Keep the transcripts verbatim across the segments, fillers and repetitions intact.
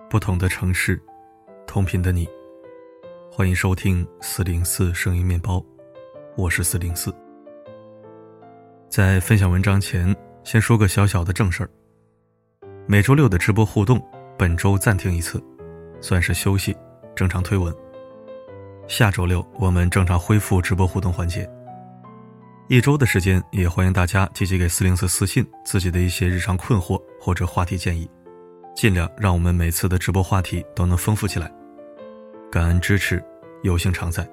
不同的城市，同频的你。欢迎收听四零四声音面包，我是四零四。在分享文章前，先说个小小的正事儿。每周六的直播互动本周暂停一次，算是休息，正常推文。下周六我们正常恢复直播互动环节。一周的时间，也欢迎大家积极给四零四私信自己的一些日常困惑或者话题建议，尽量让我们每次的直播话题都能丰富起来。感恩支持，有幸常在。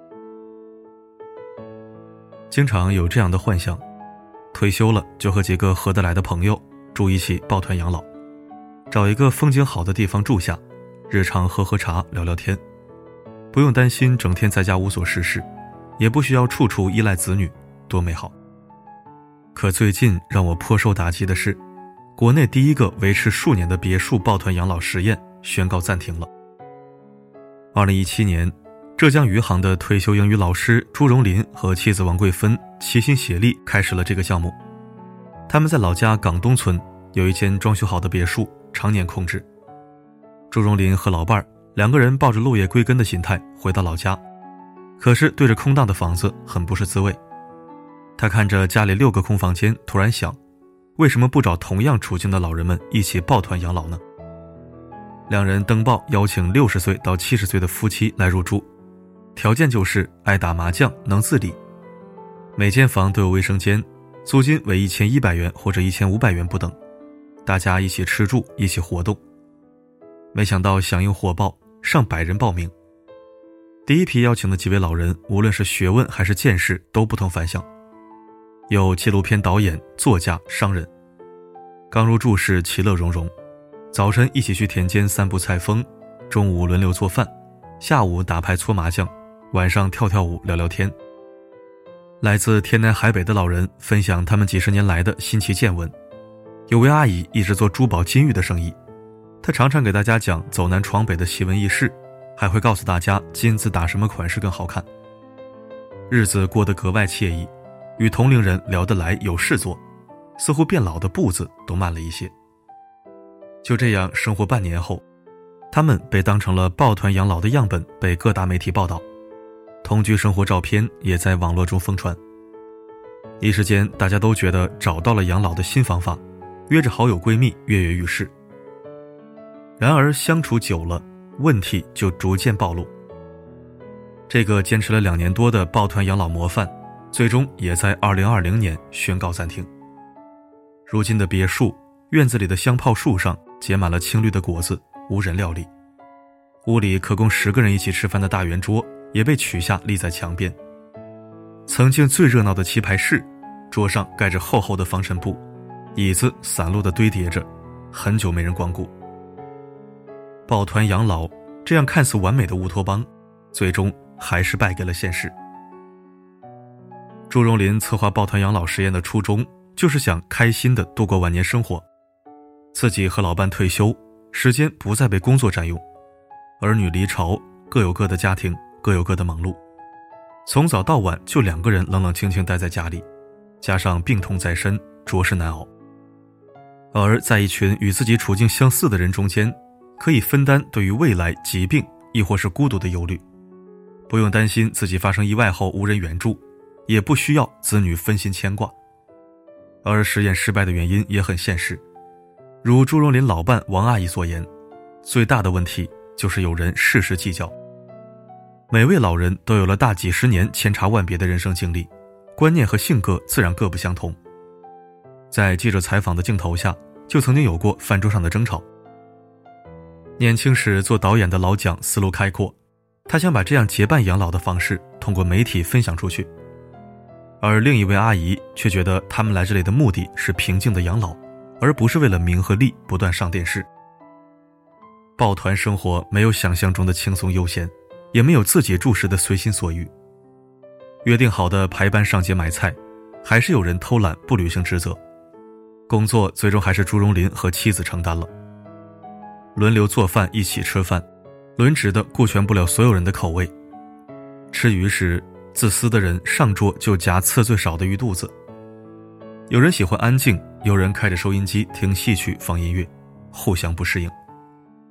经常有这样的幻想，退休了就和几个合得来的朋友住一起抱团养老，找一个风景好的地方住下，日常喝喝茶聊聊天，不用担心整天在家无所事事，也不需要处处依赖子女，多美好。可最近让我颇受打击的是，国内第一个维持数年的别墅抱团养老实验宣告暂停了。二零一七年，浙江余杭的退休英语老师朱荣林和妻子王桂芬齐心协力开始了这个项目。他们在老家港东村有一间装修好的别墅，常年空置。朱荣林和老伴儿两个人抱着落叶归根的心态回到老家，可是对着空荡的房子很不是滋味。他看着家里六个空房间，突然想，为什么不找同样处境的老人们一起抱团养老呢？两人登报邀请六十岁到七十岁的夫妻来入住，条件就是爱打麻将，能自理。每间房都有卫生间，租金为一千一百元或者一千五百元不等，大家一起吃住，一起活动。没想到响应火爆，上百人报名。第一批邀请的几位老人，无论是学问还是见识都不同凡响，有纪录片导演、作家、商人。刚入住时其乐融融，早晨一起去田间散步采风，中午轮流做饭，下午打牌搓麻将，晚上跳跳舞聊聊天。来自天南海北的老人分享他们几十年来的新奇见闻。有位阿姨一直做珠宝金玉的生意，她常常给大家讲走南闯北的奇闻异事，还会告诉大家金子打什么款式更好看。日子过得格外惬意，与同龄人聊得来，有事做，似乎变老的步子都慢了一些。就这样生活半年后，他们被当成了抱团养老的样本，被各大媒体报道，同居生活照片也在网络中疯传。一时间大家都觉得找到了养老的新方法，约着好友闺蜜跃跃欲试。然而相处久了，问题就逐渐暴露。这个坚持了两年多的抱团养老模范，最终也在二零二零年宣告暂停。如今的别墅院子里的香泡树上结满了青绿的果子，无人料理。屋里可供十个人一起吃饭的大圆桌也被取下立在墙边。曾经最热闹的棋牌室，桌上盖着厚厚的防尘布，椅子散落地堆叠着，很久没人光顾。抱团养老这样看似完美的乌托邦，最终还是败给了现实。朱荣林策划抱团养老实验的初衷，就是想开心地度过晚年生活。自己和老伴退休，时间不再被工作占用，儿女离巢，各有各的家庭，各有各的忙碌，从早到晚就两个人冷冷清清待在家里，加上病痛在身，着实难熬。而在一群与自己处境相似的人中间，可以分担对于未来疾病亦或是孤独的忧虑，不用担心自己发生意外后无人援助，也不需要子女分心牵挂。而实验失败的原因也很现实，如朱荣林老伴王阿姨所言，最大的问题就是有人事事计较。每位老人都有了大几十年千差万别的人生经历，观念和性格自然各不相同。在记者采访的镜头下，就曾经有过饭桌上的争吵。年轻时做导演的老蒋思路开阔，他想把这样结伴养老的方式通过媒体分享出去。而另一位阿姨却觉得他们来这里的目的是平静的养老，而不是为了名和利不断上电视。抱团生活没有想象中的轻松悠闲，也没有自己住时的随心所欲。约定好的排班上街买菜，还是有人偷懒不履行职责。工作最终还是朱荣林和妻子承担了。轮流做饭，一起吃饭，轮值的顾全不了所有人的口味。吃鱼时，自私的人上桌就夹刺最少的鱼肚子。有人喜欢安静，有人开着收音机听戏曲放音乐，互相不适应。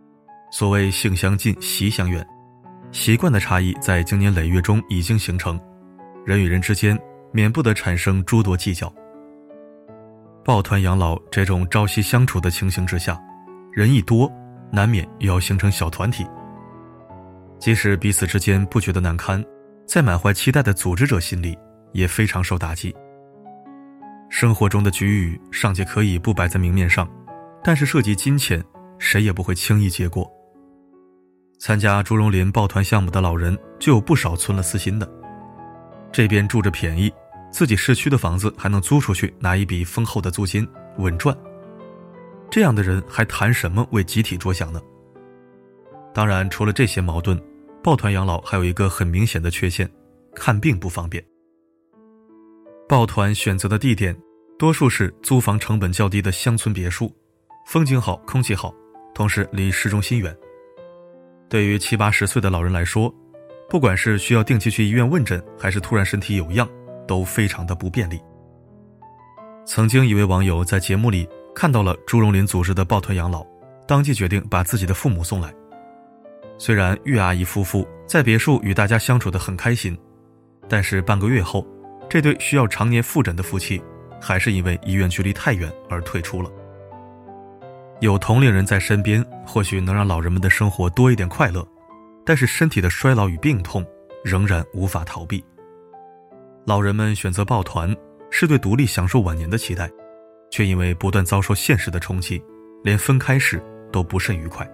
所谓性相近，习相远，习惯的差异在经年累月中已经形成，人与人之间免不得产生诸多计较。抱团养老这种朝夕相处的情形之下，人一多，难免也要形成小团体。即使彼此之间不觉得难堪，在满怀期待的组织者心里也非常受打击。生活中的局域尚且可以不摆在明面上，但是涉及金钱，谁也不会轻易接过。参加朱荣林抱团项目的老人就有不少存了私心的，这边住着便宜，自己市区的房子还能租出去拿一笔丰厚的租金，稳赚。这样的人还谈什么为集体着想呢？当然，除了这些矛盾，抱团养老还有一个很明显的缺陷，看病不方便。抱团选择的地点多数是租房成本较低的乡村别墅，风景好，空气好，同时离市中心远。对于七八十岁的老人来说，不管是需要定期去医院问诊，还是突然身体有恙，都非常的不便利。曾经一位网友在节目里看到了朱荣林组织的抱团养老，当即决定把自己的父母送来。虽然岳阿姨夫妇在别墅与大家相处得很开心，但是半个月后，这对需要常年复诊的夫妻还是因为医院距离太远而退出了。有同龄人在身边，或许能让老人们的生活多一点快乐，但是身体的衰老与病痛仍然无法逃避。老人们选择抱团，是对独立享受晚年的期待，却因为不断遭受现实的冲击，连分开时都不甚愉快。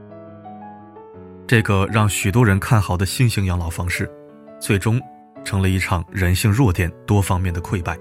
这个让许多人看好的新型养老方式，最终成了一场人性弱点多方面的溃败。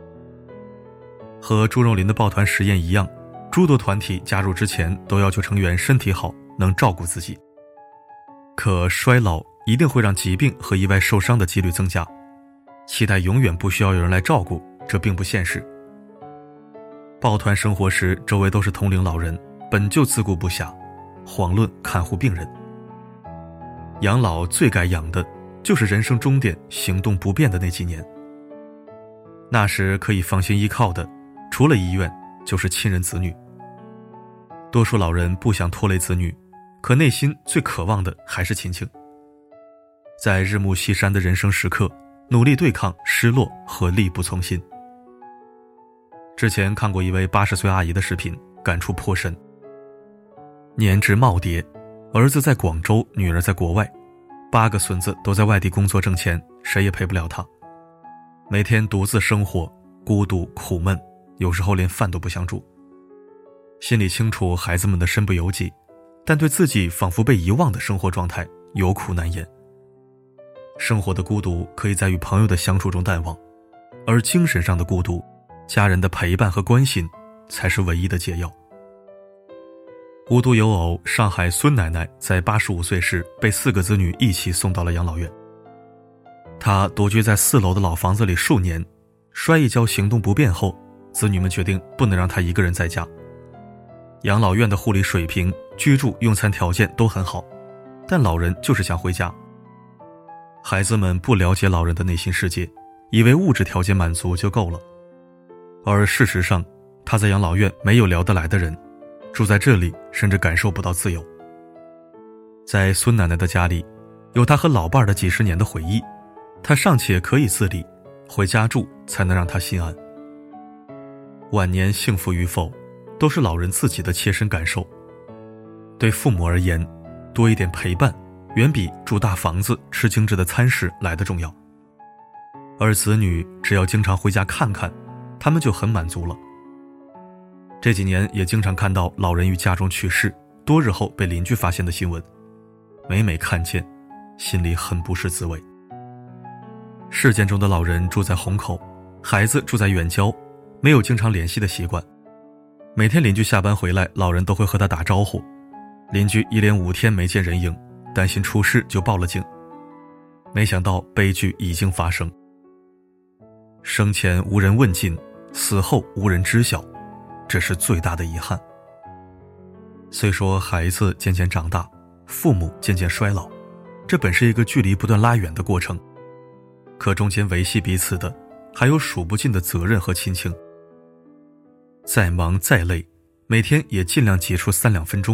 和朱荣林的抱团实验一样，诸多团体加入之前都要求成员身体好，能照顾自己。可衰老一定会让疾病和意外受伤的几率增加，期待永远不需要有人来照顾，这并不现实。抱团生活时周围都是同龄老人，本就自顾不暇，遑论看护病人。养老最该养的就是人生终点行动不便的那几年，那时可以放心依靠的除了医院就是亲人子女。多数老人不想拖累子女，可内心最渴望的还是亲情。在日暮西山的人生时刻，努力对抗失落和力不从心。之前看过一位八十岁阿姨的视频，感触颇深。年至耄耋，儿子在广州，女儿在国外，八个孙子都在外地工作挣钱，谁也陪不了他。每天独自生活，孤独苦闷，有时候连饭都不想煮。心里清楚孩子们的身不由己，但对自己仿佛被遗忘的生活状态有苦难言。生活的孤独可以在与朋友的相处中淡忘，而精神上的孤独，家人的陪伴和关心才是唯一的解药。无独有偶，上海孙奶奶在八十五岁时被四个子女一起送到了养老院。她独居在四楼的老房子里数年，摔一跤行动不便后，子女们决定不能让她一个人在家。养老院的护理水平、居住用餐条件都很好，但老人就是想回家。孩子们不了解老人的内心世界，以为物质条件满足就够了，而事实上他在养老院没有聊得来的人，住在这里甚至感受不到自由。在孙奶奶的家里，有她和老伴的几十年的回忆，她尚且可以自理，回家住才能让她心安。晚年幸福与否，都是老人自己的切身感受。对父母而言，多一点陪伴远比住大房子吃精致的餐食来得重要，而子女只要经常回家看看，他们就很满足了。这几年也经常看到老人于家中去世，多日后被邻居发现的新闻，每每看见，心里很不是滋味。事件中的老人住在虹口，孩子住在远郊，没有经常联系的习惯。每天邻居下班回来，老人都会和他打招呼，邻居一连五天没见人影，担心出事就报了警。没想到悲剧已经发生，生前无人问津，死后无人知晓，这是最大的遗憾。虽说孩子渐渐长大，父母渐渐衰老，这本是一个距离不断拉远的过程，可中间维系彼此的还有数不尽的责任和亲情。再忙再累，每天也尽量挤出三两分钟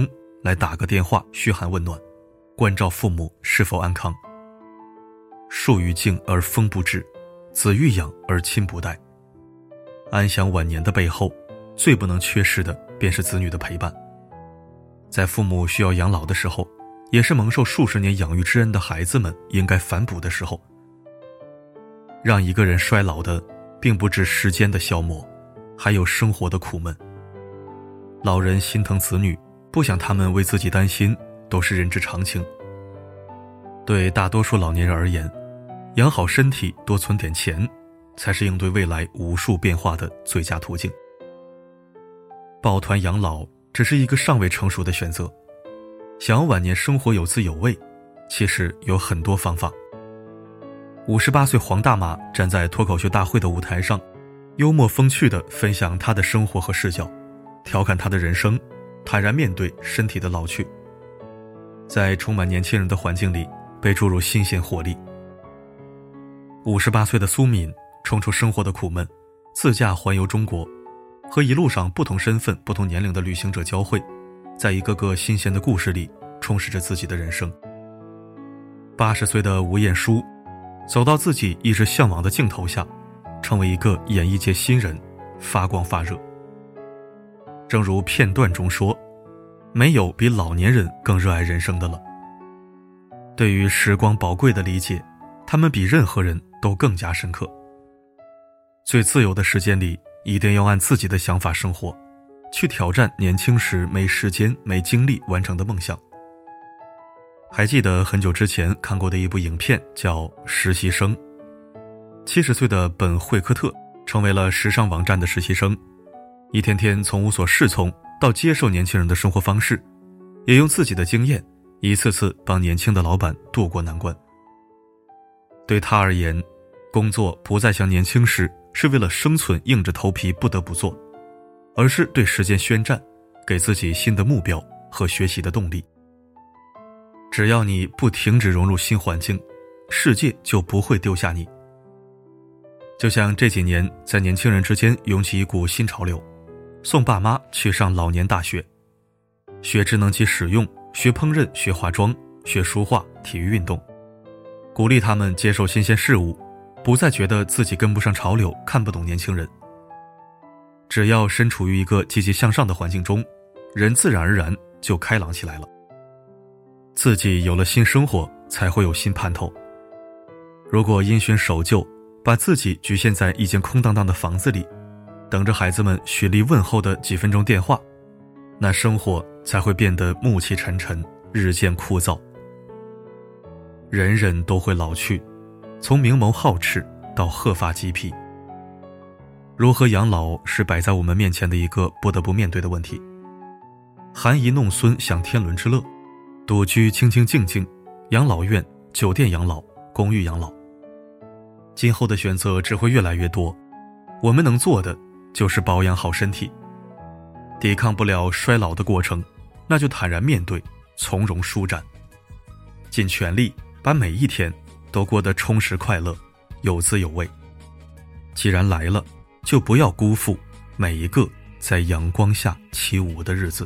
来打个电话嘘寒问暖，关照父母是否安康。树欲静而风不止，子欲养而亲不待。安享晚年的背后，最不能缺失的便是子女的陪伴。在父母需要养老的时候，也是蒙受数十年养育之恩的孩子们应该反哺的时候。让一个人衰老的并不止时间的消磨，还有生活的苦闷。老人心疼子女，不想他们为自己担心，都是人之常情。对大多数老年人而言，养好身体，多存点钱，才是应对未来无数变化的最佳途径。抱团养老只是一个尚未成熟的选择，想要晚年生活有滋有味，其实有很多方法。五十八岁黄大妈站在脱口秀大会的舞台上，幽默风趣地分享她的生活和视角，调侃她的人生，坦然面对身体的老去。在充满年轻人的环境里，被注入新鲜活力。五十八岁的苏敏冲出生活的苦闷，自驾环游中国，和一路上不同身份、不同年龄的旅行者交汇，在一个个新鲜的故事里充实着自己的人生。八十岁的吴彦姝走到自己一直向往的镜头下，成为一个演艺界新人，发光发热。正如片段中说，没有比老年人更热爱人生的了。对于时光宝贵的理解，他们比任何人都更加深刻。最自由的时间里，一定要按自己的想法生活，去挑战年轻时没时间没精力完成的梦想。还记得很久之前看过的一部影片叫《实习生》。七十岁的本·惠克特成为了时尚网站的实习生，一天天从无所适从到接受年轻人的生活方式，也用自己的经验一次次帮年轻的老板渡过难关。对他而言，工作不再像年轻时是为了生存硬着头皮不得不做，而是对时间宣战，给自己新的目标和学习的动力。只要你不停止融入新环境，世界就不会丢下你。就像这几年在年轻人之间涌起一股新潮流，送爸妈去上老年大学，学智能机使用，学烹饪，学化妆，学书画，体育运动，鼓励他们接受新鲜事物，不再觉得自己跟不上潮流，看不懂年轻人。只要身处于一个积极向上的环境中，人自然而然就开朗起来了。自己有了新生活，才会有新盼头。如果因循守旧，把自己局限在一间空荡荡的房子里，等着孩子们雪梨问候的几分钟电话，那生活才会变得暮气沉沉，日渐枯燥。人人都会老去，从明眸皓齿到鹤发鸡皮。如何养老是摆在我们面前的一个不得不面对的问题。含饴弄孙享天伦之乐，独居清清静静，养老院、酒店养老、公寓养老。今后的选择只会越来越多，我们能做的就是保养好身体。抵抗不了衰老的过程，那就坦然面对，从容舒展，尽全力把每一天都过得充实快乐，有滋有味。既然来了，就不要辜负每一个在阳光下起舞的日子。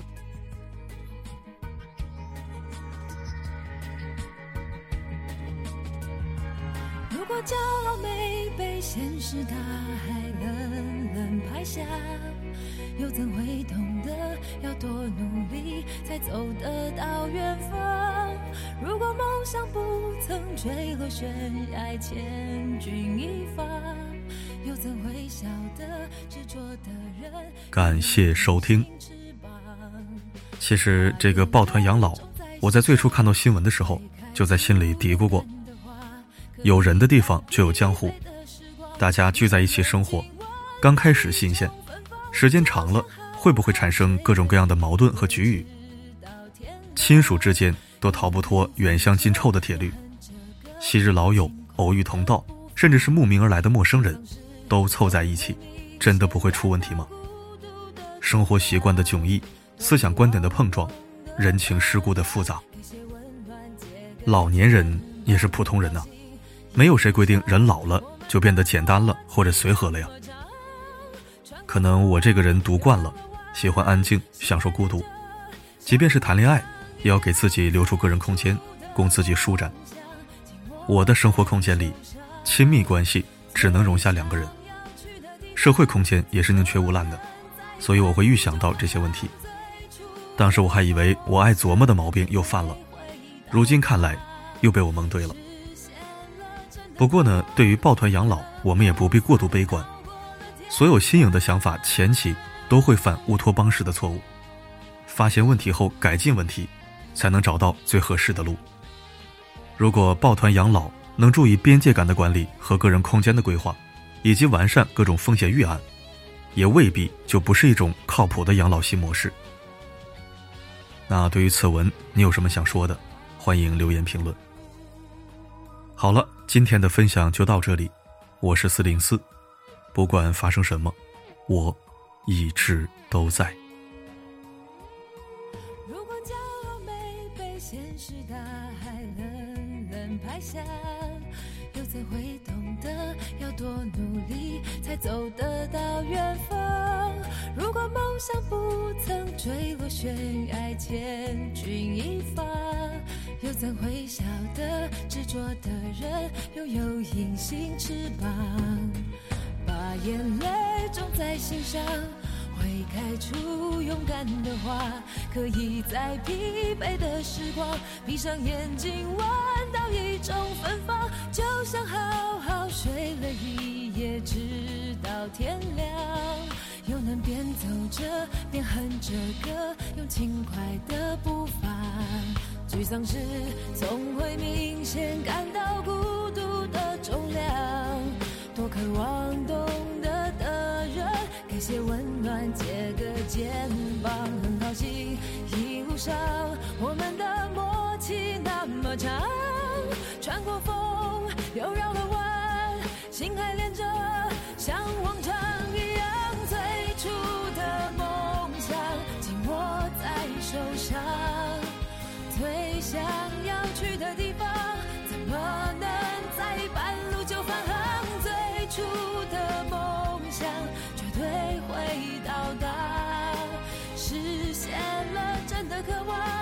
如果骄傲没被现实大海冷冷拍下，又怎会懂得要多努力才走得到远方？如果梦想不曾坠落悬崖，千钧一发，又怎会晓得执着的人。 感谢收听。其实这个抱团养老，我在最初看到新闻的时候就在心里嘀咕过，有人的地方就有江湖，大家聚在一起生活，刚开始新鲜，时间长了会不会产生各种各样的矛盾和局域？亲属之间都逃不脱远香近臭的铁律，昔日老友、偶遇同道，甚至是慕名而来的陌生人，都凑在一起，真的不会出问题吗？生活习惯的迥异，思想观点的碰撞，人情世故的复杂。老年人也是普通人啊，没有谁规定人老了就变得简单了或者随和了呀。可能我这个人独惯了，喜欢安静，享受孤独， 即便是谈恋爱，也要给自己留出个人空间，供自己舒展。我的生活空间里，亲密关系只能容下两个人，社会空间也是宁缺毋滥的，所以我会预想到这些问题。当时我还以为我爱琢磨的毛病又犯了，如今看来又被我蒙对了。不过呢，对于抱团养老，我们也不必过度悲观。所有新颖的想法前期都会犯乌托邦式的错误，发现问题后改进问题，才能找到最合适的路。如果抱团养老能注意边界感的管理和个人空间的规划，以及完善各种风险预案，也未必就不是一种靠谱的养老新模式。那对于此文你有什么想说的，欢迎留言评论。好了，今天的分享就到这里，我是四零四，不管发生什么，我一直都在。 如果骄傲没被现实大海冷冷拍下，又怎会懂得要多努力才走得到远方？如果梦想不曾坠落悬崖，千钧一发，又怎会晓得执着的人拥有隐形翅膀？把眼泪种在心上，会开出勇敢的花，可以在疲惫的时光闭上眼睛闻到一种芬芳，就像好好睡了一夜直到天亮，又能边走着边哼着歌，用轻快的步伐。沮丧时总会明显感到孤独的重量，多渴望懂得的人给些温暖，借个肩膀。很高兴一路上我们的默契那么长，穿过风又绕了弯，心还连着像往常一样，最初的梦想紧握在手上，最想要去的地方怎么能在半路就返航？最初的梦想绝对会到达，实现了真的渴望。